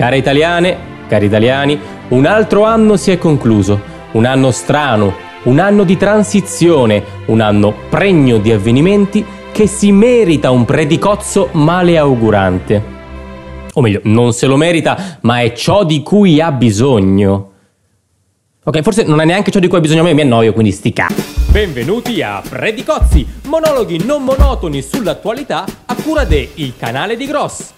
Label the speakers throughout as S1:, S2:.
S1: Care italiane, cari italiani, un altro anno si è concluso, un anno strano, un anno di transizione, un anno pregno di avvenimenti che si merita un predicozzo maleaugurante. O meglio, non se lo merita, ma è ciò di cui ha bisogno. Ok, forse non è neanche ciò di cui ha bisogno a me, mi annoio, quindi sti cazzi. Benvenuti a Predicozzi, monologhi non monotoni sull'attualità a cura de Il Canale di Gross.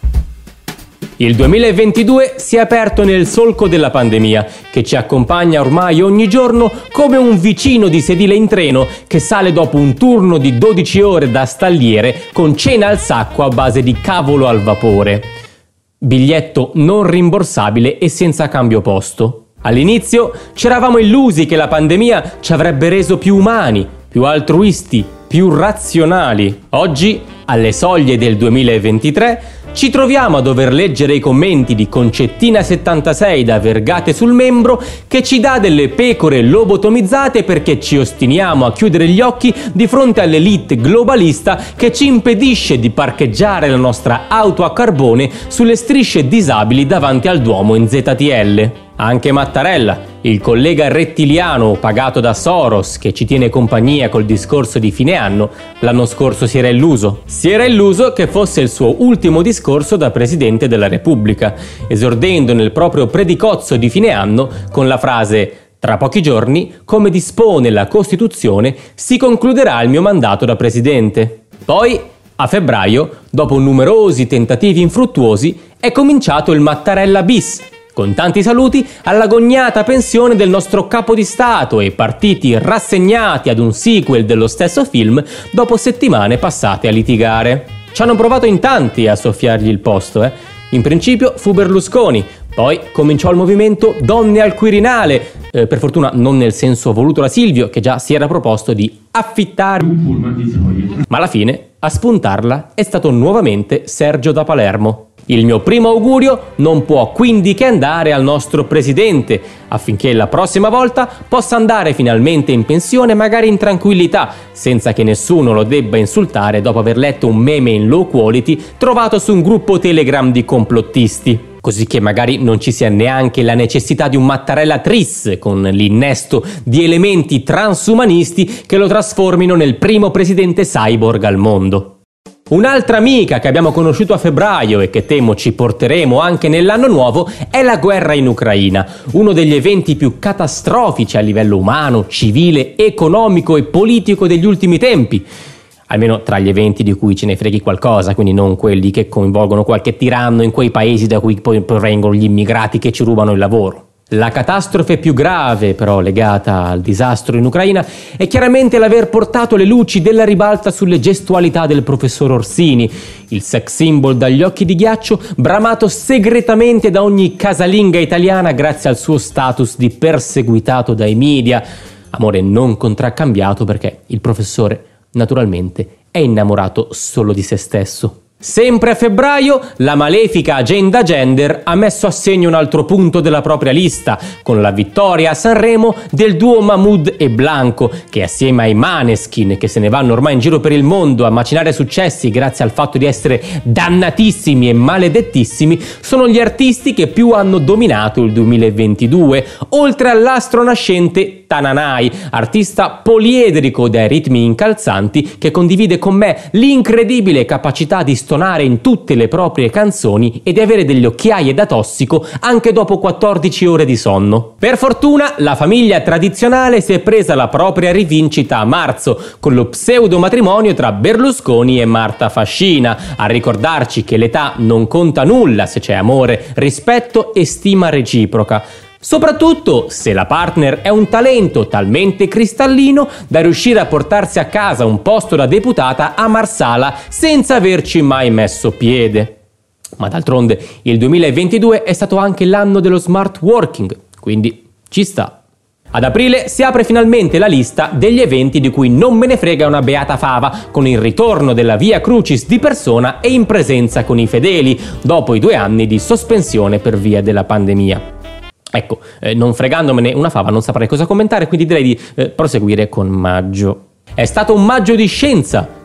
S1: Il 2022 si è aperto nel solco della pandemia, che ci accompagna ormai ogni giorno come un vicino di sedile in treno che sale dopo un turno di 12 ore da stalliere con cena al sacco a base di cavolo al vapore. Biglietto non rimborsabile e senza cambio posto. All'inizio ci eravamo illusi che la pandemia ci avrebbe reso più umani, più altruisti, più razionali. Oggi, alle soglie del 2023, ci troviamo a dover leggere i commenti di Concettina76 da Vergate sul Membro che ci dà delle pecore lobotomizzate perché ci ostiniamo a chiudere gli occhi di fronte all'elite globalista che ci impedisce di parcheggiare la nostra auto a carbone sulle strisce disabili davanti al Duomo in ZTL. Anche Mattarella, il collega rettiliano pagato da Soros che ci tiene compagnia col discorso di fine anno, l'anno scorso si era illuso. Si era illuso che fosse il suo ultimo discorso da Presidente della Repubblica, esordendo nel proprio predicozzo di fine anno con la frase «Tra pochi giorni, come dispone la Costituzione, si concluderà il mio mandato da Presidente». Poi, a febbraio, dopo numerosi tentativi infruttuosi, è cominciato il Mattarella bis, con tanti saluti all'agognata pensione del nostro capo di Stato e partiti rassegnati ad un sequel dello stesso film dopo settimane passate a litigare. Ci hanno provato in tanti a soffiargli il posto, In principio fu Berlusconi, poi cominciò il movimento Donne al Quirinale, per fortuna non nel senso voluto da Silvio, che già si era proposto di affittare un pullman di solito. Ma alla fine, a spuntarla, è stato nuovamente Sergio da Palermo. Il mio primo augurio non può quindi che andare al nostro presidente, affinché la prossima volta possa andare finalmente in pensione magari in tranquillità, senza che nessuno lo debba insultare dopo aver letto un meme in low quality trovato su un gruppo Telegram di complottisti. Così che magari non ci sia neanche la necessità di un Mattarella tris con l'innesto di elementi transumanisti che lo trasformino nel primo presidente cyborg al mondo. Un'altra amica che abbiamo conosciuto a febbraio e che temo ci porteremo anche nell'anno nuovo è la guerra in Ucraina, uno degli eventi più catastrofici a livello umano, civile, economico e politico degli ultimi tempi. Almeno tra gli eventi di cui ce ne freghi qualcosa, quindi non quelli che coinvolgono qualche tiranno in quei paesi da cui poi provengono gli immigrati che ci rubano il lavoro. La catastrofe più grave, però, legata al disastro in Ucraina è chiaramente l'aver portato le luci della ribalta sulle gestualità del professor Orsini, il sex symbol dagli occhi di ghiaccio, bramato segretamente da ogni casalinga italiana grazie al suo status di perseguitato dai media. Amore non contraccambiato perché il professore, naturalmente, è innamorato solo di se stesso. Sempre a febbraio, la malefica agenda gender ha messo a segno un altro punto della propria lista, con la vittoria a Sanremo del duo Mahmood e Blanco, che assieme ai Maneskin, che se ne vanno ormai in giro per il mondo a macinare successi grazie al fatto di essere dannatissimi e maledettissimi, sono gli artisti che più hanno dominato il 2022, oltre all'astro nascente Tananai, artista poliedrico dai ritmi incalzanti che condivide con me l'incredibile capacità di stonare in tutte le proprie canzoni e di avere delle occhiaie da tossico anche dopo 14 ore di sonno. Per fortuna la famiglia tradizionale si è presa la propria rivincita a marzo con lo pseudo matrimonio tra Berlusconi e Marta Fascina, a ricordarci che l'età non conta nulla se c'è amore, rispetto e stima reciproca. Soprattutto se la partner è un talento talmente cristallino da riuscire a portarsi a casa un posto da deputata a Marsala senza averci mai messo piede. Ma d'altronde il 2022 è stato anche l'anno dello smart working, quindi ci sta. Ad aprile si apre finalmente la lista degli eventi di cui non me ne frega una beata fava, con il ritorno della Via Crucis di persona e in presenza con i fedeli, dopo i 2 anni di sospensione per via della pandemia. Ecco, non fregandomene una fava non saprei cosa commentare, quindi direi di proseguire con maggio. È stato un maggio di scienza,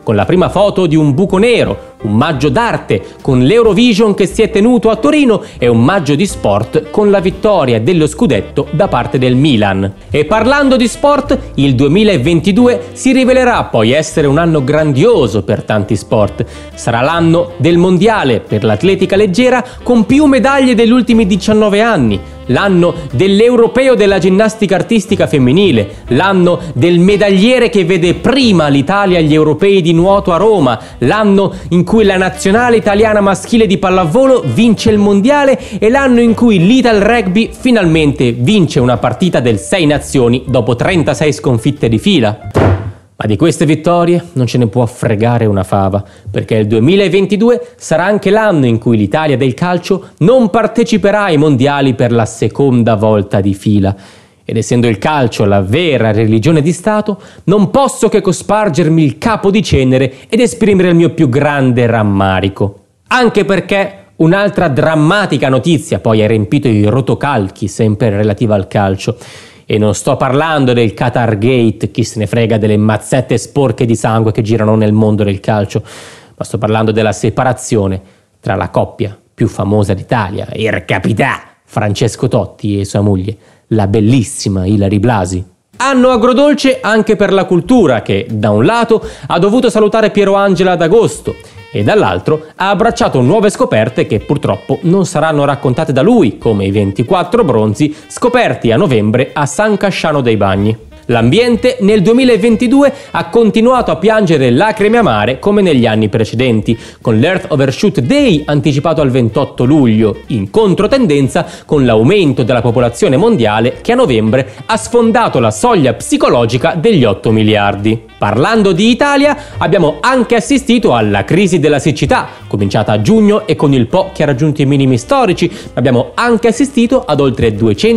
S1: con la prima foto di un buco nero, un maggio d'arte con l'Eurovision che si è tenuto a Torino e un maggio di sport con la vittoria dello scudetto da parte del Milan. E parlando di sport, il 2022 si rivelerà poi essere un anno grandioso per tanti sport. Sarà l'anno del mondiale per l'atletica leggera con più medaglie degli ultimi 19 anni, l'anno dell'europeo della ginnastica artistica femminile, l'anno del medagliere che vede prima l'Italia agli europei di nuoto a Roma, l'anno in cui la nazionale italiana maschile di pallavolo vince il mondiale e l'anno in cui l'Ital Rugby finalmente vince una partita del 6 nazioni dopo 36 sconfitte di fila. Ma di queste vittorie non ce ne può fregare una fava, perché il 2022 sarà anche l'anno in cui l'Italia del calcio non parteciperà ai mondiali per la seconda volta di fila. Ed essendo il calcio la vera religione di Stato, non posso che cospargermi il capo di cenere ed esprimere il mio più grande rammarico. Anche perché un'altra drammatica notizia poi ha riempito i rotocalchi sempre relativa al calcio. E non sto parlando del Qatar Gate, chi se ne frega delle mazzette sporche di sangue che girano nel mondo del calcio, ma sto parlando della separazione tra la coppia più famosa d'Italia, il capità Francesco Totti e sua moglie, la bellissima Ilary Blasi. Anno agrodolce anche per la cultura che, da un lato, ha dovuto salutare Piero Angela ad agosto e dall'altro ha abbracciato nuove scoperte che purtroppo non saranno raccontate da lui, come i 24 bronzi scoperti a novembre a San Casciano dei Bagni. L'ambiente nel 2022 ha continuato a piangere lacrime amare come negli anni precedenti, con l'Earth Overshoot Day anticipato al 28 luglio, in controtendenza con l'aumento della popolazione mondiale che a novembre ha sfondato la soglia psicologica degli 8 miliardi. Parlando di Italia, abbiamo anche assistito alla crisi della siccità, cominciata a giugno e con il Po che ha raggiunto i minimi storici, ma abbiamo anche assistito ad oltre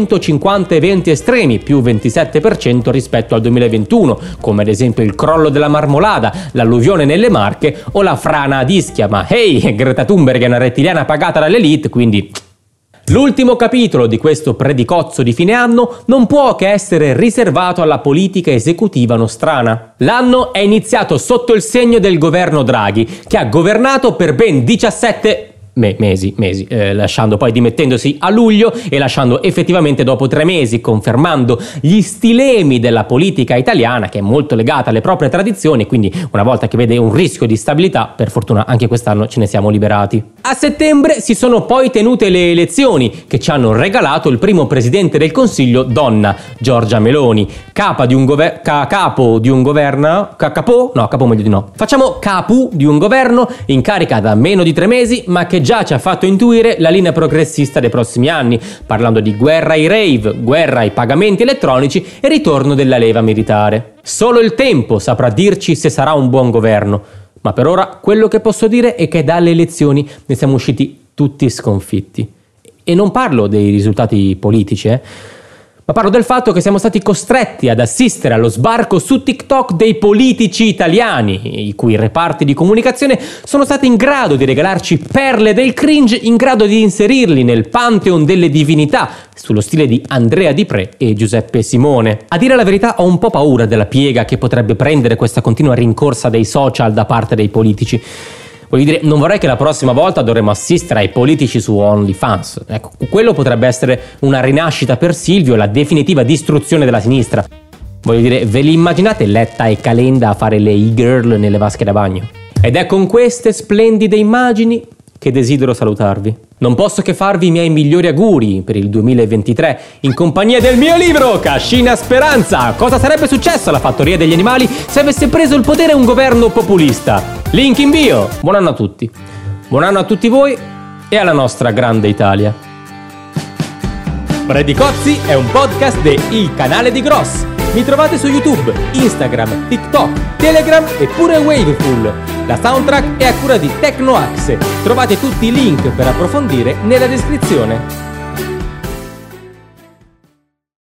S1: 250 eventi estremi, più 27% rispetto al 2021, come ad esempio il crollo della Marmolada, l'alluvione nelle Marche o la frana ad Ischia, ma hey, Greta Thunberg è una rettiliana pagata dall'elite, quindi... L'ultimo capitolo di questo predicozzo di fine anno non può che essere riservato alla politica esecutiva nostrana. L'anno è iniziato sotto il segno del governo Draghi, che ha governato per ben 17 mesi, lasciando poi dimettendosi a luglio e lasciando effettivamente dopo 3 mesi, confermando gli stilemi della politica italiana che è molto legata alle proprie tradizioni, quindi una volta che vede un rischio di stabilità, per fortuna anche quest'anno ce ne siamo liberati. A settembre si sono poi tenute le elezioni che ci hanno regalato il primo presidente del Consiglio donna, Giorgia Meloni, capo di un governo in carica da meno di 3 mesi, ma che già ci ha fatto intuire la linea progressista dei prossimi anni, parlando di guerra ai rave, guerra ai pagamenti elettronici e ritorno della leva militare. Solo il tempo saprà dirci se sarà un buon governo, ma per ora quello che posso dire è che dalle elezioni ne siamo usciti tutti sconfitti. E non parlo dei risultati politici, ma parlo del fatto che siamo stati costretti ad assistere allo sbarco su TikTok dei politici italiani, i cui reparti di comunicazione sono stati in grado di regalarci perle del cringe, in grado di inserirli nel pantheon delle divinità, sullo stile di Andrea Di Pre e Giuseppe Simone. A dire la verità ho un po' paura della piega che potrebbe prendere questa continua rincorsa dei social da parte dei politici. Voglio dire, non vorrei che la prossima volta dovremmo assistere ai politici su OnlyFans. Ecco, quello potrebbe essere una rinascita per Silvio, la definitiva distruzione della sinistra. Voglio dire, ve li immaginate Letta e Calenda a fare le e-girl nelle vasche da bagno? Ed è con queste splendide immagini che desidero salutarvi. Non posso che farvi i miei migliori auguri per il 2023 in compagnia del mio libro Cascina Speranza. Cosa sarebbe successo alla fattoria degli animali se avesse preso il potere un governo populista? Link in bio. Buon anno a tutti. Buon anno a tutti voi e alla nostra grande Italia. Predicozzi è un podcast de Il Canale di Gross. Mi trovate su YouTube, Instagram, TikTok, Telegram e pure Waveful. La soundtrack è a cura di Tecnoaxe. Trovate tutti i link per approfondire nella descrizione.